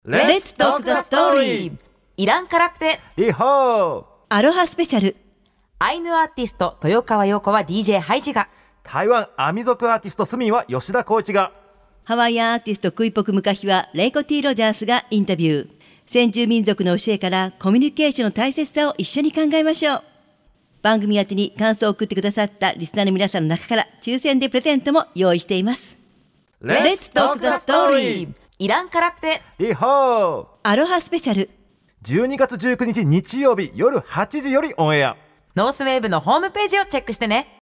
Let's talk the story! イランカラプテイホー。 アロハスペシャル。 アイヌアーティスト豊川陽子は DJ ハイジが、 台湾アミ族アーティストスミンは吉田浩一が、 ハワイアンアーティストクイポクムカヒはレイコ T ロジャースがインタビュー。先住民族の教えからコミュニケーションの大切さを一緒に考えましょう。番組宛てに感想を送ってくださったリスナーの皆さんの中から抽選でプレゼントも用意しています。 Let's talk the story! イランカラプテイホー。 アロハスペシャル。 12月19日日曜日夜8時よりオンエア。 ノースウェーブのホームページをチェックしてね。